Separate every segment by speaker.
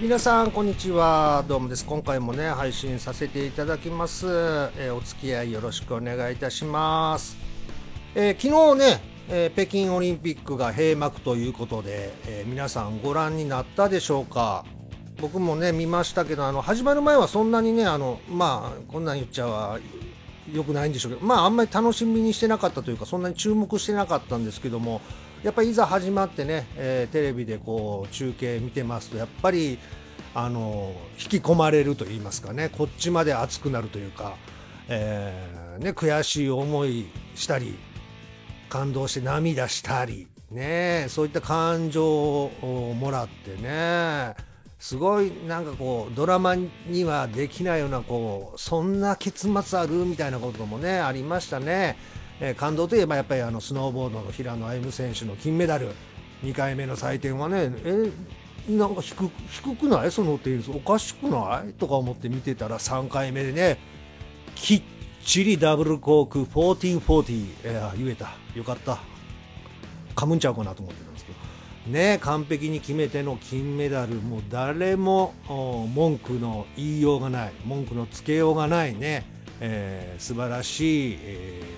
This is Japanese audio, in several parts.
Speaker 1: 皆さんこんにちは、どうもです。今回もね配信させていただきます。お付き合いよろしくお願いいたします。昨日ね、北京オリンピックが閉幕ということで、皆さんご覧になったでしょうか。僕もね見ましたけど、始まる前はそんなにねこんなん言っちゃは良くないんでしょうけど、あんまり楽しみにしてなかったというか、そんなに注目してなかったんですけども、やっぱりいざ始まってね、テレビでこう中継見てますと、やっぱり引き込まれると言いますかね、こっちまで熱くなるというか、悔しい思いしたり感動して涙したりね、そういった感情をもらってね、すごいなんかこうドラマにはできないような、こうそんな結末あるみたいなこともねありましたね。感動といえばやっぱりスノーボードの平野歩夢選手の金メダル、2回目の採点はね、なんか低くないその点数おかしくないとか思って見てたら、3回目でねきっちりダブルコーク1440、言えた、よかった、噛むんちゃうかなと思ってたんですけどね、完璧に決めての金メダル、もう誰も文句の言いようがない、文句のつけようがないね、素晴らしい、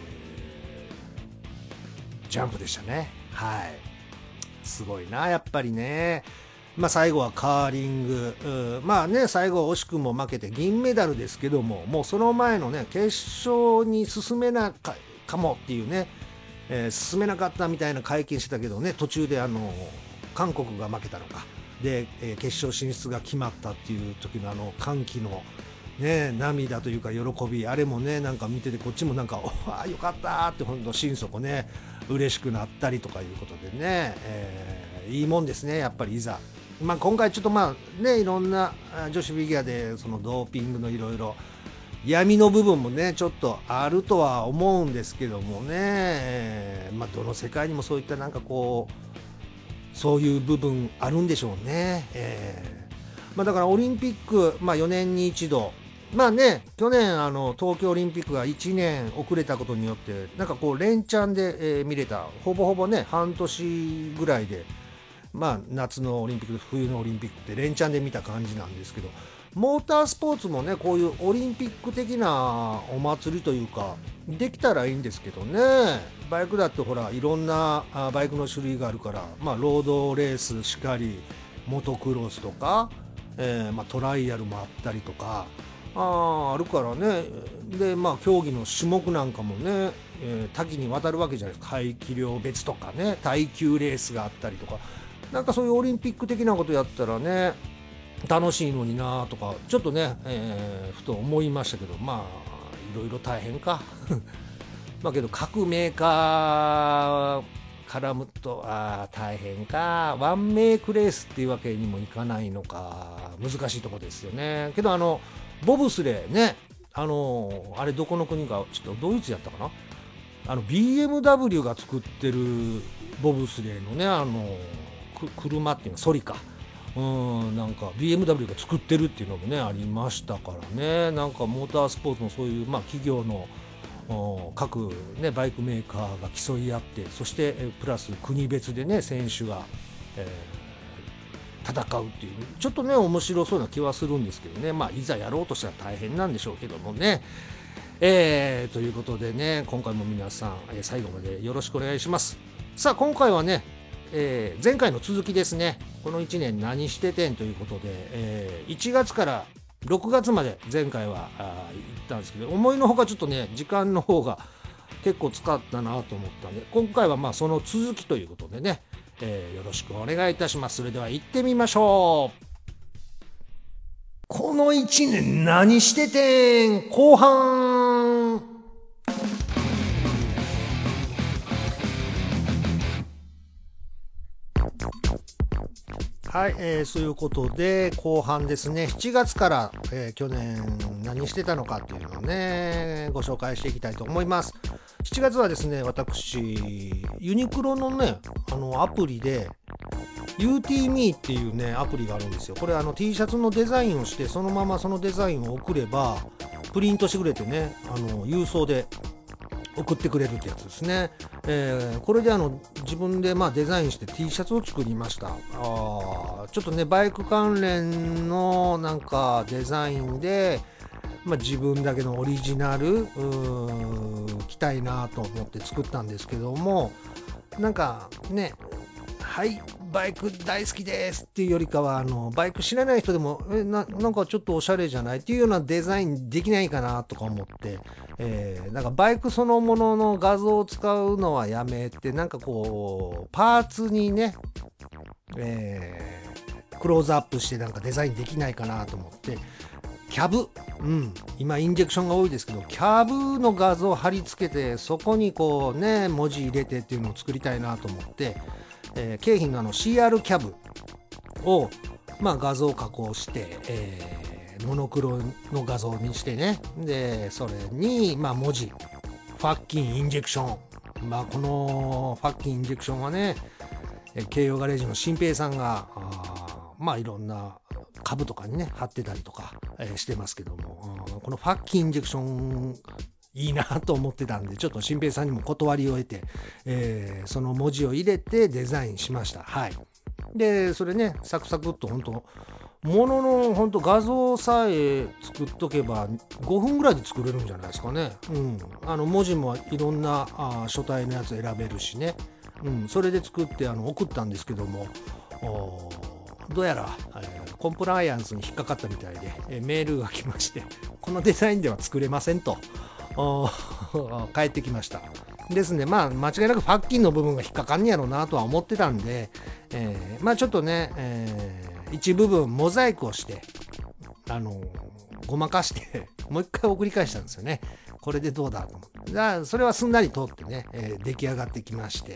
Speaker 1: ジャンプでしたね。はい、すごいなやっぱりね。最後はカーリング、最後は惜しくも負けて銀メダルですけども、もうその前のね決勝に進めなかもっていうね、進めなかったみたいな会見してたけどね、途中で韓国が負けたのかで、決勝進出が決まったっていう時の歓喜のね涙というか喜び、あれもねなんか見ててこっちもなんかよかったって本当心底ね嬉しくなったりとかいうことでね、いいもんですねやっぱり。いざ今回ちょっといろんな女子フィギュアでそのドーピングのいろいろ闇の部分もねちょっとあるとは思うんですけどもね、どの世界にもそういったなんかこうそういう部分あるんでしょうね。だからオリンピック、4年に一度、去年東京オリンピックが1年遅れたことによってなんかこう連チャンで、見れた、ほぼほぼね半年ぐらいで、夏のオリンピック冬のオリンピックって連チャンで見た感じなんですけど、モータースポーツもねこういうオリンピック的なお祭りというかできたらいいんですけどね。バイクだってほらいろんなバイクの種類があるから、ロードレースしかりモトクロスとか、トライアルもあったりとかあるからね。で競技の種目なんかもね、多岐にわたるわけじゃないですか。排気量別とかね、耐久レースがあったりとか、なんかそういうオリンピック的なことやったらね楽しいのになとかちょっとね、ふと思いましたけど、いろいろ大変かけど各メーカー絡むと大変か、ワンメイクレースっていうわけにもいかないのか、難しいとこですよね。けどボブスレーね、あれどこの国かちょっとドイツやったかな、BMW が作ってるボブスレーのね車っていうのソリか、なんか BMW が作ってるっていうのもねありましたからね。なんかモータースポーツのそういう企業の各ねバイクメーカーが競い合って、そしてプラス国別でね選手が、戦うっていうちょっとね面白そうな気はするんですけどね。いざやろうとしたら大変なんでしょうけどもね。ということでね、今回も皆さん、最後までよろしくお願いします。さあ今回はね、前回の続きですね。この1年何しててんということで、1月から6月まで前回は行ったんですけど、思いのほかちょっとね時間の方が結構使ったなと思ったんで、今回はその続きということでね、よろしくお願いいたします。それでは行ってみましょう。この1年何しててん後半。はい、そういうことで後半ですね。7月から、去年何してたのかっていうのをねご紹介していきたいと思います。7月はですね、私ユニクロのねアプリで UTME っていうねアプリがあるんですよ。これT シャツのデザインをしてそのままそのデザインを送ればプリントしてくれてね郵送で送ってくれるってやつですね。これで自分でデザインして T シャツを作りました。 ちょっとねバイク関連のなんかデザインで、自分だけのオリジナル着たいなと思って作ったんですけども、なんかね、はいバイク大好きですっていうよりかはバイク知らない人でもなんかちょっとおしゃれじゃないっていうようなデザインできないかなとか思って、なんかバイクそのものの画像を使うのはやめて、なんかこうパーツにね、クローズアップしてなんかデザインできないかなと思ってキャブ、今インジェクションが多いですけどキャブの画像を貼り付けてそこにこうね文字入れてっていうのを作りたいなと思って、京浜のCR キャブを、画像加工して、モノクロの画像にしてね、でそれに、文字ファッキンインジェクション、このファッキンインジェクションはね京葉ガレージの新平さんがいろんな株とかにね貼ってたりとか、してますけども、このファッキンインジェクションいいなと思ってたんで、ちょっと新平さんにも断りを得て、その文字を入れてデザインしました。はい。でそれねサクサクっと本当画像さえ作っとけば5分ぐらいで作れるんじゃないですかね。文字もいろんな書体のやつ選べるしね、それで作って送ったんですけども、どうやら、コンプライアンスに引っかかったみたいで、メールが来ましてこのデザインでは作れませんと帰ってきました。ですね、間違いなくファッキンの部分が引っかかんねやろうなとは思ってたんで、ちょっとね、一部分モザイクをしてごまかしてもう一回送り返したんですよね。これでどうだと思って、それはすんなり通ってね、出来上がってきまして、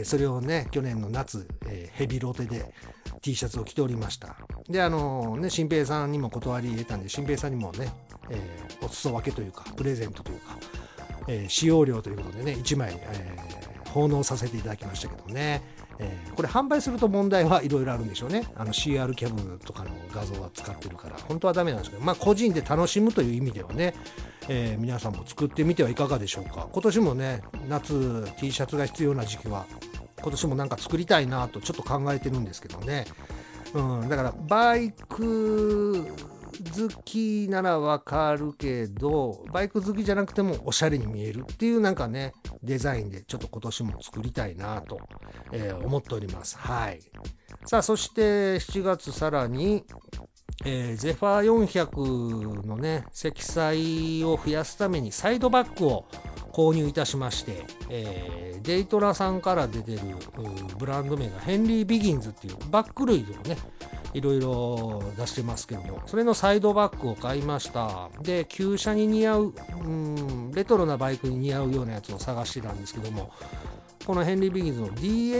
Speaker 1: それをね去年の夏、ヘビロテで T シャツを着ておりました。で新平さんにも断り入れたんで、新平さんにもね、お裾分けというかプレゼントというか、使用料ということでね1枚、奉納させていただきましたけどね、これ販売すると問題はいろいろあるんでしょうね。CR キャブとかの画像は使ってるから本当はダメなんですけど、個人で楽しむという意味ではね、皆さんも作ってみてはいかがでしょうか。今年もね夏 T シャツが必要な時期は今年もなんか作りたいなとちょっと考えてるんですけどね、だからバイク好きならわかるけどバイク好きじゃなくてもおしゃれに見えるっていうなんかねデザインでちょっと今年も作りたいなと、思っております。はい。さあそして7月さらに、ゼファー400のね積載を増やすためにサイドバッグを購入いたしまして、デイトラさんから出てるブランド名がヘンリー・ビギンズっていうバッグ類をねいろいろ出してますけども、それのサイドバッグを買いました。で旧車に似合う、レトロなバイクに似合うようなやつを探してたんですけども、このヘンリー・ビギンズの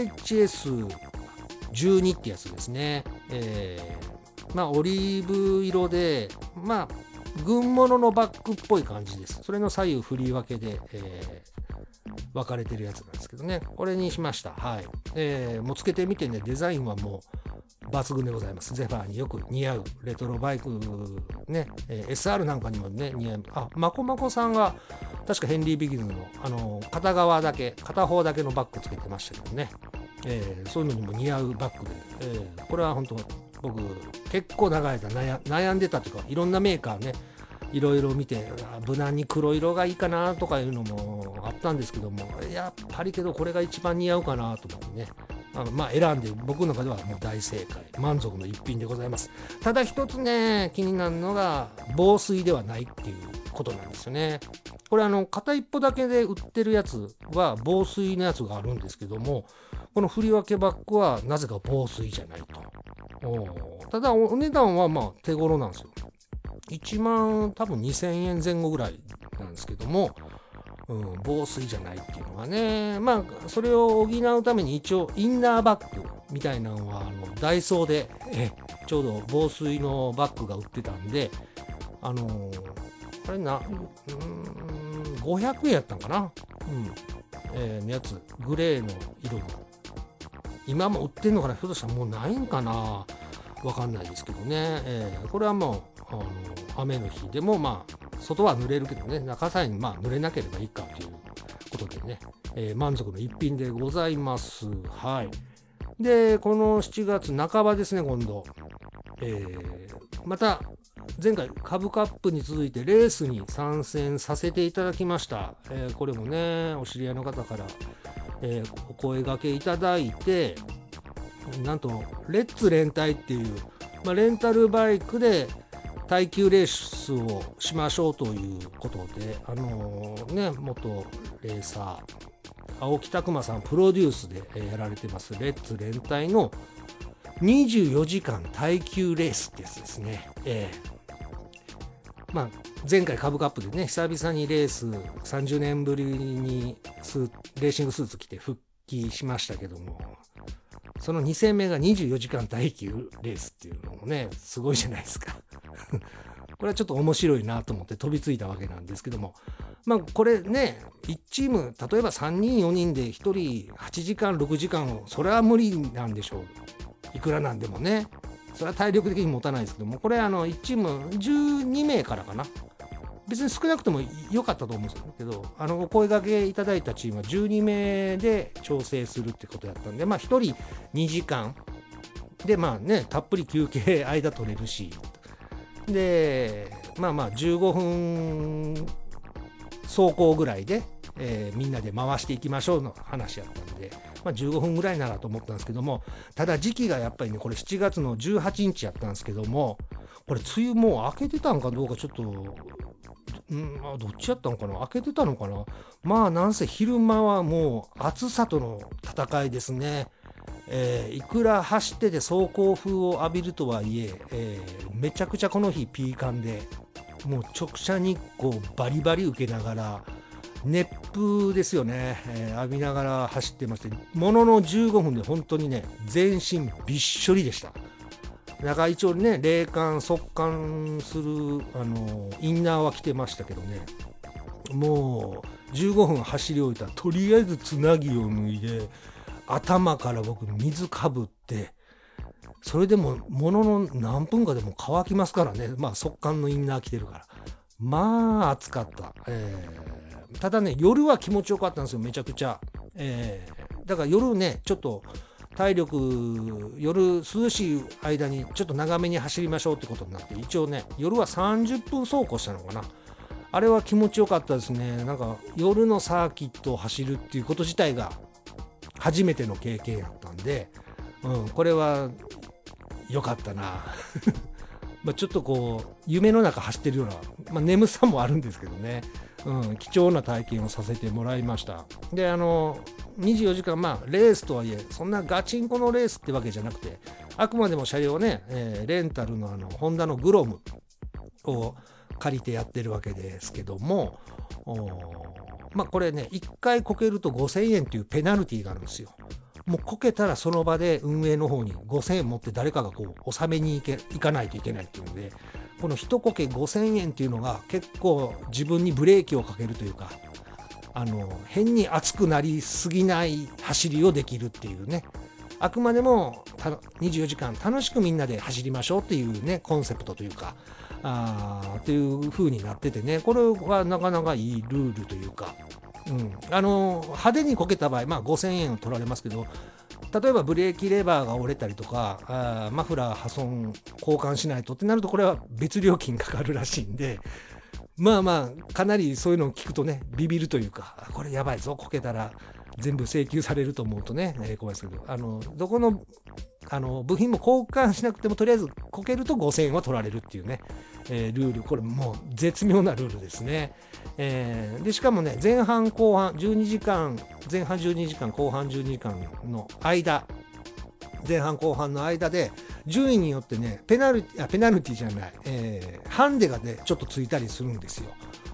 Speaker 1: DHS12 ってやつですね。オリーブ色で軍物のバッグっぽい感じです。それの左右振り分けで、分かれてるやつなんですけどね、これにしました。はい。もうつけてみてね、デザインはもう抜群でございます。ゼファーによく似合うレトロバイクね、SR なんかにもね似合う。マコマコさんが確かヘンリー・ビギンズの片方だけのバッグつけてましたけどね、そういうのにも似合うバッグで、これは本当僕結構長い間悩んでたというか、いろんなメーカーねいろいろ見て無難に黒色がいいかなとかいうのもあったんですけども、やっぱりけどこれが一番似合うかなと思ってね、選んで僕の中ではもう大正解、満足の一品でございます。ただ一つね気になるのが防水ではないっていうことなんですよね。これ片一方だけで売ってるやつは防水のやつがあるんですけども、この振り分けバッグはなぜか防水じゃないと。ただお値段は手頃なんですよ。1万多分2000円前後ぐらいなんですけども、防水じゃないっていうのはね、それを補うために一応インナーバッグみたいなのはダイソーでちょうど防水のバッグが売ってたんで、あれ500円やったんかな、のやつグレーの色の今も売ってんのかな、ひょっとしたらもうないんかな、わかんないですけどね、これはもう雨の日でも外は濡れるけどね、中さえに濡れなければいいかということでね、満足の一品でございます。はい。 で、この7月半ばですね、今度。また、前回株カップに続いてレースに参戦させていただきました。これもね、お知り合いの方から、お声掛けいただいて、なんと、レッツ連帯っていう、レンタルバイクで耐久レースをしましょうということで、元レーサー、青木拓磨さんプロデュースでやられてますレッツ連帯の24時間耐久レースってやつですね。前回株カップでね、久々にレース30年ぶりにレーシングスーツ着て復帰しましたけども、その2戦目が24時間耐久レースっていうのもね、すごいじゃないですか。これはちょっと面白いなと思って飛びついたわけなんですけども、これね、1チーム、例えば3人4人で1人8時間6時間を、それは無理なんでしょう。いくらなんでもね。それは体力的に持たないですけども、これ1チーム12名からかな。別に少なくとも良かったと思うんですけど、お声掛けいただいたチームは12名で調整するってことやったんで、1人2時間で、たっぷり休憩間取れるし、で、15分走行ぐらいで、みんなで回していきましょうの話やったんで、15分ぐらいならと思ったんですけども、ただ時期がやっぱりね、これ7月の18日やったんですけども、これ梅雨もう明けてたんかどうかちょっと、どっちやったのかな、明けてたのかな。なんせ昼間はもう暑さとの戦いですね。いくら走ってて走行風を浴びるとはいえ、めちゃくちゃこの日ピーカンで、もう直射日光バリバリ受けながら、熱風ですよね、浴びながら走ってまして、ものの15分で本当にね、全身びっしょりでした。だから一応ね、冷感速乾するインナーは着てましたけどね、もう15分走り終えたらとりあえずつなぎを脱いで、頭から僕水かぶって、それでもものの何分かでも乾きますからね。速乾のインナー着てるから、暑かった。ただね、夜は気持ちよかったんですよ、めちゃくちゃ。だから夜ね、ちょっと体力、夜涼しい間にちょっと長めに走りましょうってことになって、一応ね、夜は30分走行したのかな。あれは気持ちよかったですね。なんか夜のサーキットを走るっていうこと自体が初めての経験やったんで、これは良かったな。ちょっとこう夢の中走ってるような、眠さもあるんですけどね、貴重な体験をさせてもらいました。で、24時間レースとはいえ、そんなガチンコのレースってわけじゃなくて、あくまでも車両ね、レンタルのホンダのグロムを借りてやってるわけですけども、これね、1回こけると5000円っていうペナルティーがあるんですよ。もうこけたらその場で運営の方に5000円持って誰かがこう納めに行かないといけないっていうので、この一こけ5000円っていうのが結構自分にブレーキをかけるというか、変に熱くなりすぎない走りをできるっていうね、あくまでも24時間楽しくみんなで走りましょうっていうね、コンセプトというか、っていう風になっててね、これはなかなかいいルールというか、派手にこけた場合、5000円を取られますけど、例えばブレーキレバーが折れたりとか、マフラー破損交換しないとってなると、これは別料金かかるらしいんで、かなりそういうのを聞くとね、ビビるというか、これやばいぞ、こけたら全部請求されると思うとね、怖いですけど、どこの部品も交換しなくてもとりあえずこけると5000円は取られるっていうね、ルール、これもう絶妙なルールですね。でしかもね、前半後半12時間、前半12時間後半12時間の間、前半後半の間で順位によってね、ペナルティじゃない、ハンデがねちょっとついたりするんですよ。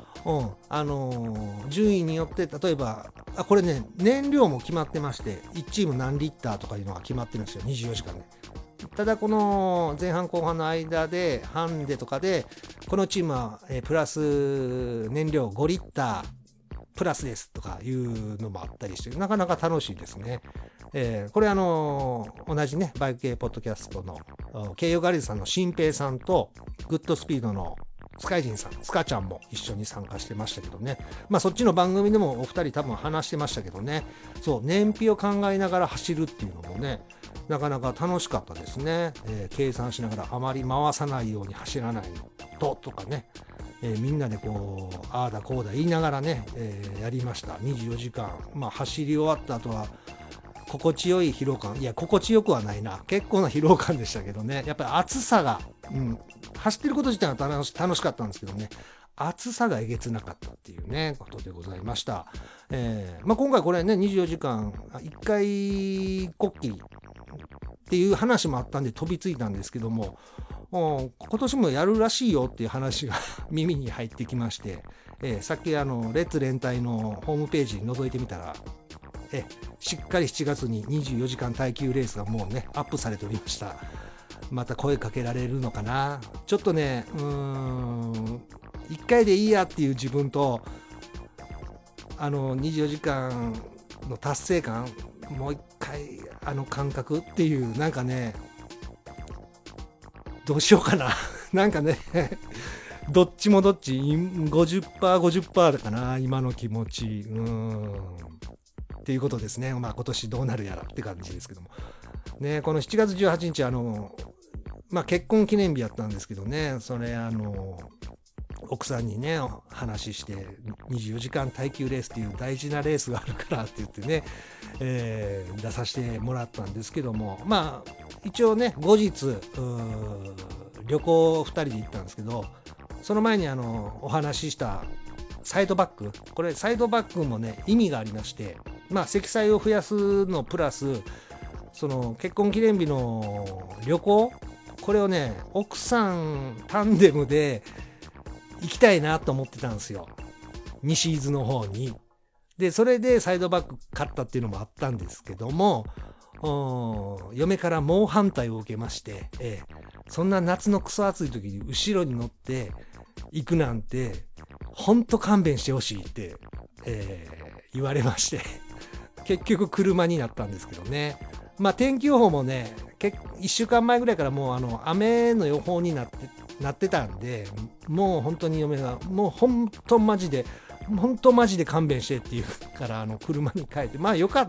Speaker 1: 順位によって、例えばこれね、燃料も決まってまして、1チーム何リッターとかいうのが決まってるんですよ、24時間ね。ただこの前半後半の間でハンデとかで、このチームはプラス燃料5リッタープラスですとかいうのもあったりして、なかなか楽しいですね。これ同じね、バイク系ポッドキャストの京葉ガレージさんの新平さんと、グッドスピードのスカイジンさん、スカちゃんも一緒に参加してましたけどね。そっちの番組でもお二人多分話してましたけどね。そう、燃費を考えながら走るっていうのもね、 なかなか楽しかったですね。計算しながらあまり回さないように走らないのとかね、みんなでこうああだこうだ言いながらね、やりました。24時間、走り終わった後は心地よい疲労感、いや心地よくはないな、結構な疲労感でしたけどね、やっぱり暑さが、走ってること自体は楽しかったんですけどね、暑さがえげつなかったっていうねことでございました。今回これね24時間1回こっきりっていう話もあったんで飛びついたんですけども、今年もやるらしいよっていう話が耳に入ってきまして、さっきレッツ連隊のホームページに覗いてみたら、しっかり7月に24時間耐久レースがもうねアップされておりました。また声かけられるのかな。ちょっとね1回でいいやっていう自分と24時間の達成感、もう1回感覚っていう、なんかねどうしようかななんかねどっちもどっち 50%50% かな今の気持ちっていうことですね。今年どうなるやらって感じですけどもね。この7月18日結婚記念日やったんですけどね、それ奥さんにね話して24時間耐久レースっていう大事なレースがあるからって言ってね、出させてもらったんですけども、一応ね後日旅行2人で行ったんですけど、その前にお話ししたサイドバック、これサイドバックもね意味がありまして、積載を増やすのプラスその結婚記念日の旅行、これをね奥さんタンデムで行きたいなと思ってたんですよ、西伊豆の方に。でそれでサイドバック買ったっていうのもあったんですけども、嫁から猛反対を受けまして、そんな夏のクソ暑い時に後ろに乗って行くなんてほんと勘弁してほしいって、言われまして結局車になったんですけどね。天気予報もね1週間前ぐらいからもう雨の予報になってたんで、もう本当に嫁がもう本当マジで勘弁してっていうから車に帰って、よかった、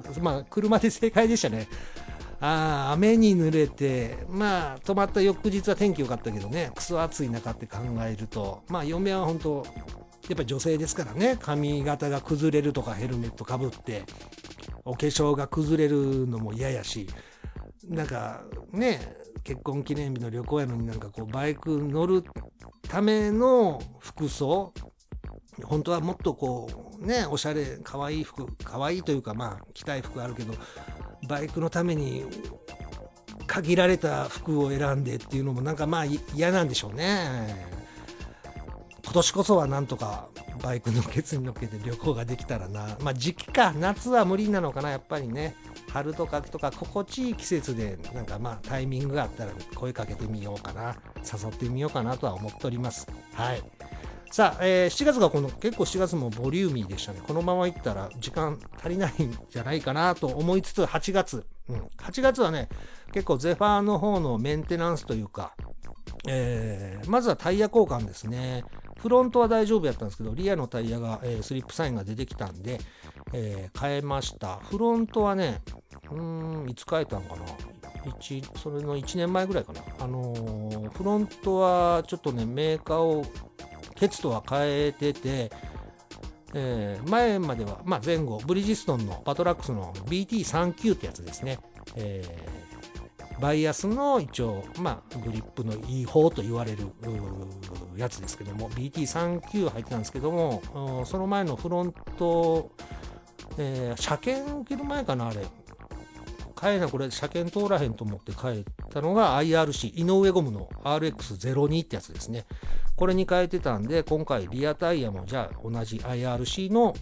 Speaker 1: 車で正解でしたね。雨に濡れて止まった翌日は天気良かったけどね、クソ暑い中って考えると、嫁は本当やっぱり女性ですからね、髪型が崩れるとかヘルメットかぶってお化粧が崩れるのも嫌やし、なんかね結婚記念日の旅行やのになんかこうバイク乗るための服装、本当はもっとこうねおしゃれ可愛い服、可愛いというか着たい服あるけど、バイクのために限られた服を選んでっていうのもなんか嫌なんでしょうね。今年こそはなんとかバイクのケツに乗っけて旅行ができたらな。時期か、夏は無理なのかなやっぱりね。春とか秋とか心地いい季節でなんかタイミングがあったら声かけてみようかな、誘ってみようかなとは思っております。はい。さあ、7月が結構7月もボリューミーでしたね。このままいったら時間足りないんじゃないかなと思いつつ、8月はね結構ゼファーの方のメンテナンスというか、まずはタイヤ交換ですね。フロントは大丈夫やったんですけど、リアのタイヤが、スリップサインが出てきたんで、変えました。フロントはねいつ変えたんかな、それの1年前ぐらいかな。フロントはちょっとねメーカーをケツとは変えてて、前までは、前後ブリヂストンのパトラックスの BT39 ってやつですね、バイアスの一応グリップのいい方と言われるやつですけども BT39 入ってたんですけども、その前のフロント、車検受ける前かな、あれこれ車検通らへんと思って変えたのが IRC 井上ゴムの RX02 ってやつですね。これに変えてたんで、今回リアタイヤもじゃあ同じ IRC の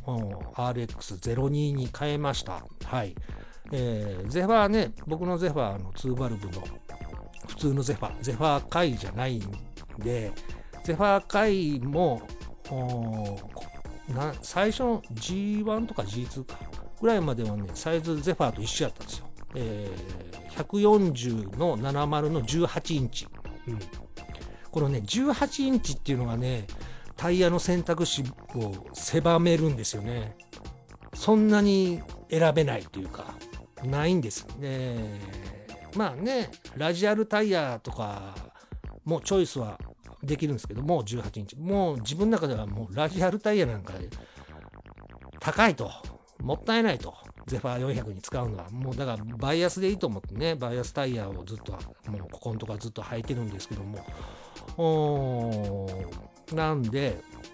Speaker 1: RX02 に変えました。はい。ゼファーね、僕のゼファーの2バルブの普通のゼファー回じゃないんで、ゼファー回も最初の G1 とか G2 かぐらいまではねサイズゼファーと一緒やったんですよ。140の70の18インチ、このね18インチっていうのがねタイヤの選択肢を狭めるんですよね。そんなに選べないというかないんですよね。 まあね、ラジアルタイヤとかもチョイスはできるんですけども、18インチ。もう自分の中ではもうラジアルタイヤなんか高いと、もったいないと。ゼファー400に使うのは。もうだからバイアスでいいと思ってね、バイアスタイヤをずっと、もうここのとこはずっと履いてるんですけども。なんで、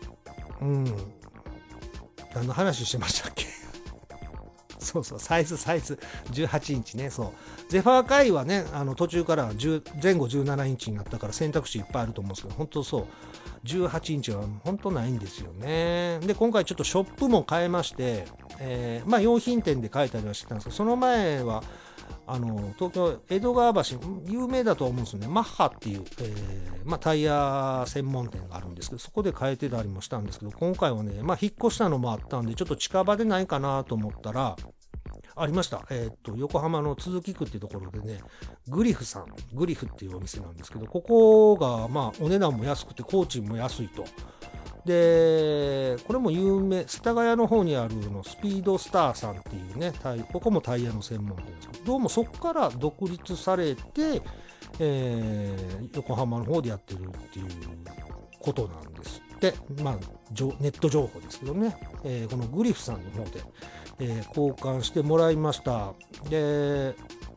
Speaker 1: 何の話してましたっけそうそう、サイズ、18インチね、そう。ゼファー界はね、途中から前後17インチになったから選択肢いっぱいあると思うんですけど、本当そう、18インチは本当ないんですよね。で、今回ちょっとショップも変えまして、まあ用品店で書いたりはしてたんですけど、その前は、東京江戸川橋、有名だとは思うんですよね。マッハっていう、まあ、タイヤ専門店があるんですけど、そこで変えてたりもしたんですけど、今回はね、まあ、引っ越したのもあったんで、ちょっと近場でないかなと思ったら、ありました。横浜の都筑区っていうところでね、グリフっていうお店なんですけど、ここが、まあ、お値段も安くて、工賃も安いと。で、これも有名、世田谷の方にあるのスピードスターさんっていうね、ここもタイヤの専門店ですけど、どうもそこから独立されて、横浜の方でやってるっていうことなんですって、まあ、ネット情報ですけどね、このグリフさんの方で、交換してもらいました。で、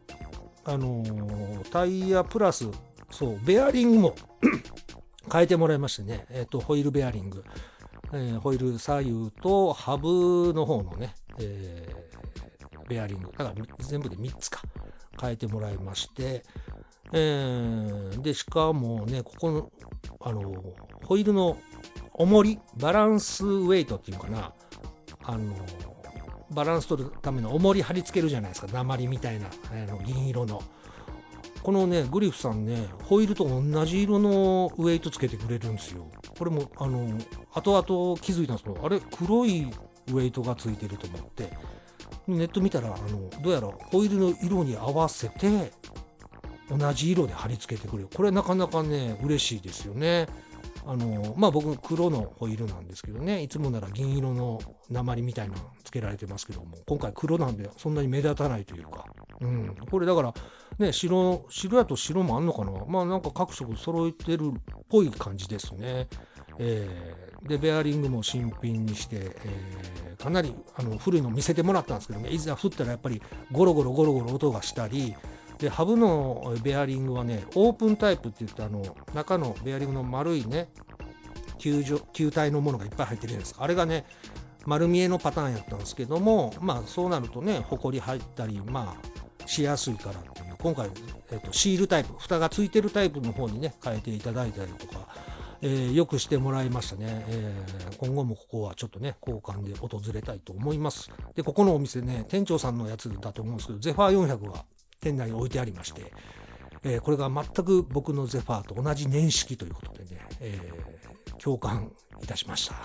Speaker 1: タイヤプラス、そう、ベアリングも変えてもらいましてね、ホイールベアリング、ホイール左右とハブの方のね、ベアリング、だから全部で3つか変えてもらいまして、で、しかもね、ここの、ホイールの重り、バランスウェイトっていうのかな、バランス取るための重り貼り付けるじゃないですか、鉛みたいな、銀色の。このね、グリフさんね、ホイールと同じ色のウェイトつけてくれるんですよ。これも、後々気づいたんですけど、あれ、黒いウェイトがついてると思って、ネット見たら、どうやらホイールの色に合わせて、同じ色で貼り付けてくれる。これなかなかね、嬉しいですよね。まあ僕黒のホイールなんですけどね、いつもなら銀色の鉛みたいなのつけられてますけども、今回黒なんでそんなに目立たないというか、これだからね、白やと白もあんのかな、まあなんか各色揃えてるっぽい感じですね。でベアリングも新品にして、かなり古いの見せてもらったんですけどね、いざ振ったらやっぱりゴロゴロ音がしたりで、ハブのベアリングはね、オープンタイプって言って中のベアリングの丸いね、球体のものがいっぱい入ってるじゃないですか。あれがね、丸見えのパターンやったんですけども、まあそうなるとね、ホコリ入ったり、まあしやすいからっていう、今回、シールタイプ、蓋がついてるタイプの方にね、変えていただいたりとか、よくしてもらいましたね。今後もここはちょっとね、交換で訪れたいと思います。で、ここのお店ね、店長さんのやつだと思うんですけど、ゼファー400が店内に置いてありまして、これが全く僕のゼファーと同じ年式ということでね、共感いたしました。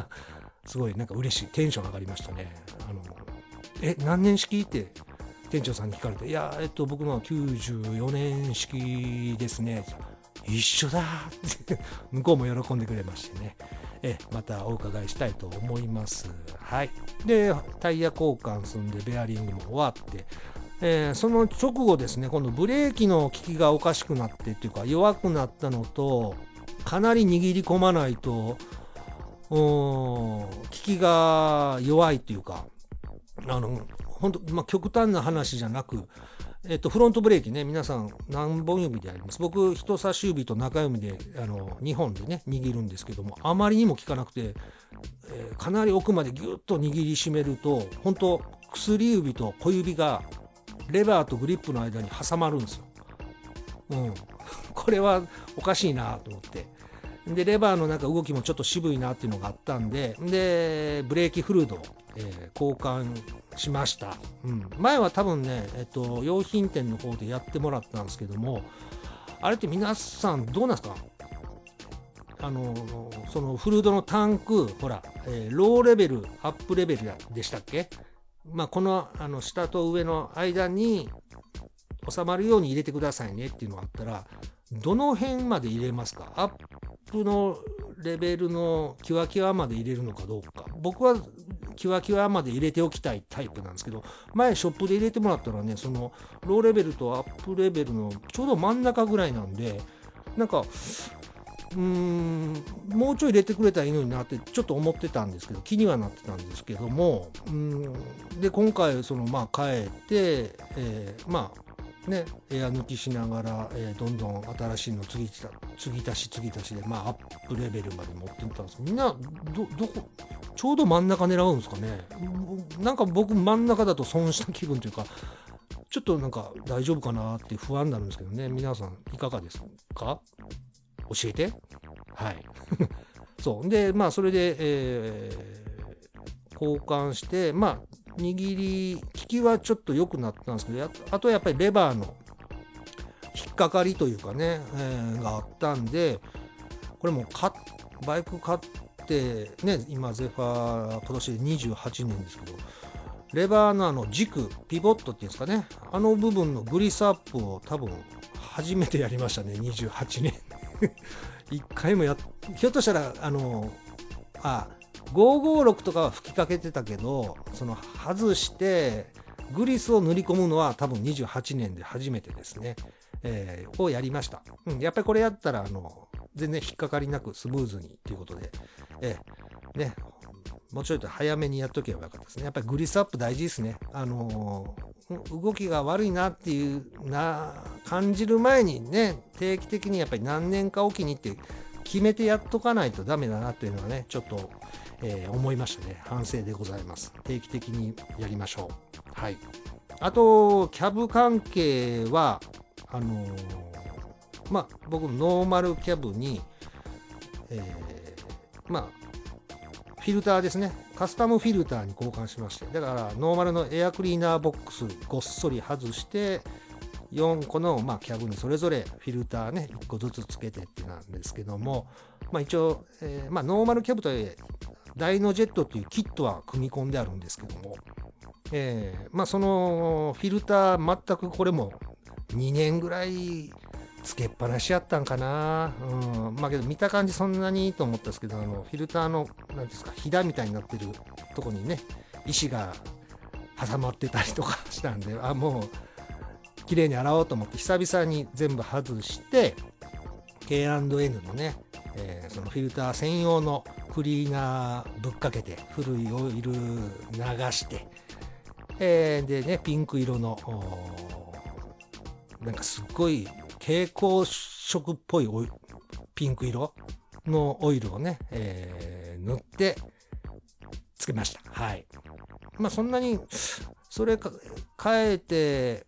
Speaker 1: すごいなんか嬉しい、テンション上がりましたね。何年式って店長さんに聞かれて、いや、僕のは94年式ですね。一緒だって向こうも喜んでくれましてね、またお伺いしたいと思います。はい。で、タイヤ交換済んでベアリングも終わって、その直後ですね、今度ブレーキの効きがおかしくなってっていうか弱くなったのと、かなり握り込まないと効きが弱いっていうか、本当、まあ、極端な話じゃなく、フロントブレーキね、皆さん何本指でやります？僕、人差し指と中指で2本でね、握るんですけども、あまりにも効かなくて、かなり奥までギュッと握りしめると、本当、薬指と小指がレバーとグリップの間に挟まるんですよ。これはおかしいなと思って。で、レバーのなんか動きもちょっと渋いなっていうのがあったんで、で、ブレーキフルードを、交換しました。前は多分ね、用品店の方でやってもらったんですけども、あれって皆さんどうなんですか？そのフルードのタンク、ほら、ローレベル、アップレベルでしたっけ？まあ、この、下と上の間に収まるように入れてくださいねっていうのがあったら、どの辺まで入れますか？アップのレベルのキワキワまで入れるのかどうか。 僕はキワキワまで入れておきたいタイプなんですけど、前ショップで入れてもらったらね、そのローレベルとアップレベルのちょうど真ん中ぐらいなんで、なんかもうちょい入れてくれたらいいのになってちょっと思ってたんですけど、気にはなってたんですけども、で今回その変えて、エア抜きしながら、どんどん新しいの継ぎ足しで、アップレベルまで持っていったんです。みんなどこちょうど真ん中狙うんですかね。なんか僕真ん中だと損した気分というか、ちょっとなんか大丈夫かなって不安になるんですけどね。皆さんいかがですか？教えて。はい。そうでそれで、交換して、握り利きはちょっと良くなったんですけど、あとはやっぱりレバーの引っかかりというかね、があったんで、これもバイク買ってね、今ゼファー今年で28年ですけど、レバーの軸ピボットっていうんですかね、あの部分のグリスアップを多分初めてやりましたね、28年一回もひょっとしたら556とかは吹きかけてたけど、その外してグリスを塗り込むのは多分28年で初めてですね、をやりました。やっぱりこれやったら全然引っかかりなくスムーズにということで、ね、もうちょいと早めにやっとけばよかったですね。やっぱりグリスアップ大事ですね。動きが悪いなっていう感じる前にね、定期的にやっぱり何年かおきにって決めてやっとかないとダメだなっていうのはね、ちょっと、思いましたね。反省でございます。定期的にやりましょう。はい。あとキャブ関係は僕ノーマルキャブに、フィルターですね、カスタムフィルターに交換しまして、だからノーマルのエアクリーナーボックスごっそり外して4個のキャブにそれぞれフィルターね1個ずつつけてってなんですけども、一応、ノーマルキャブとはいえダイノジェットっていうキットは組み込んであるんですけども、そのフィルター全くこれも2年ぐらいつけっぱなしやったんかな。けど見た感じそんなにいいと思ったんですけど、フィルターの何ですか、ひだみたいになってるとこにね石が挟まってたりとかしたんで、もう綺麗に洗おうと思って久々に全部外して、 K&N のね、そのフィルター専用のクリーナーぶっかけて古いオイル流して、でねピンク色のなんかすっごい蛍光色っぽいピンク色のオイルをね、塗ってつけました。はい。そんなにそれか変えて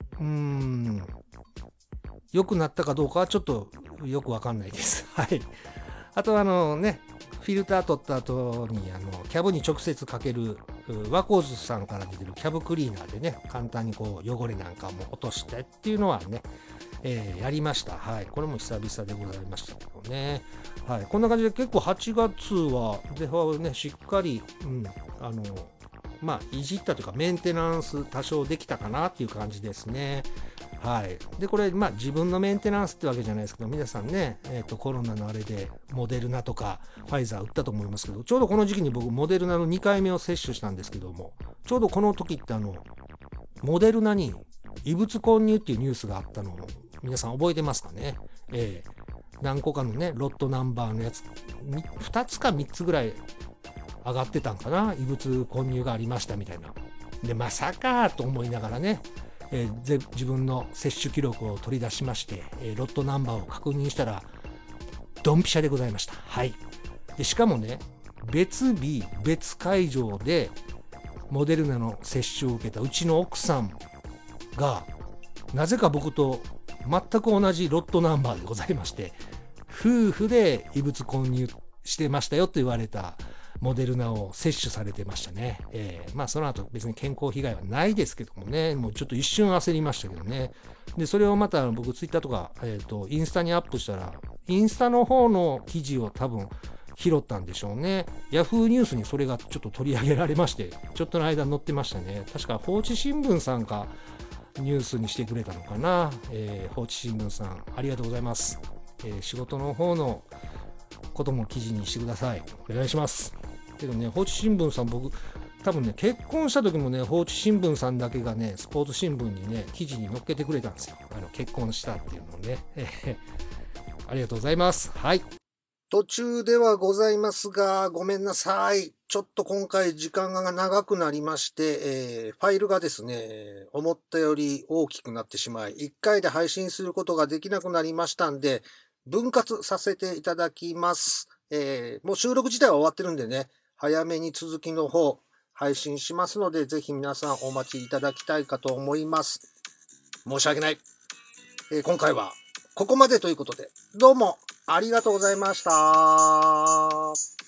Speaker 1: 良くなったかどうかはちょっとよくわかんないです。はい。あとフィルター取った後にキャブに直接かけるワコーズさんから出てるキャブクリーナーでね、簡単にこう汚れなんかも落としてっていうのはね、やりました。はい。これも久々でございましたけどね。はい。こんな感じで結構8月はゼファーをねしっかり、いじったというかメンテナンス多少できたかなっていう感じですね。はい。でこれ自分のメンテナンスってわけじゃないですけど、皆さんね、コロナのあれでモデルナとかファイザー打ったと思いますけど、ちょうどこの時期に僕モデルナの2回目を接種したんですけども、ちょうどこの時ってモデルナに異物混入っていうニュースがあったのを皆さん覚えてますかね。何個かのねロットナンバーのやつ2つか3つぐらい上がってたんかな、異物混入がありましたみたいな。でまさかと思いながらね、自分の接種記録を取り出しまして、ロットナンバーを確認したらドンピシャでございました。はい。でしかもね別日別会場でモデルナの接種を受けたうちの奥さんがなぜか僕と全く同じロットナンバーでございまして、夫婦で異物混入してましたよと言われたモデルナを接種されてましたね。その後別に健康被害はないですけどもね、もうちょっと一瞬焦りましたけどね。でそれをまた僕ツイッターとか、インスタにアップしたら、インスタの方の記事を多分拾ったんでしょうね。ヤフーニュースにそれがちょっと取り上げられまして、ちょっとの間載ってましたね。確か放置新聞さんかニュースにしてくれたのかな。放置新聞さんありがとうございます。仕事の方のことも記事にしてください。お願いします。 けどね、放置新聞さん、僕多分ね、結婚した時もね、放置新聞さんだけがね、スポーツ新聞にね、記事に載っけてくれたんですよ。結婚したっていうのをね。ありがとうございます。はい。途中ではございますが、ごめんなさい。ちょっと今回時間が長くなりまして、ファイルがですね、思ったより大きくなってしまい、1回で配信することができなくなりましたんで、分割させていただきます。もう収録自体は終わってるんでね、早めに続きの方、配信しますので、ぜひ皆さんお待ちいただきたいかと思います。申し訳ない。今回はここまでということで、どうもありがとうございました。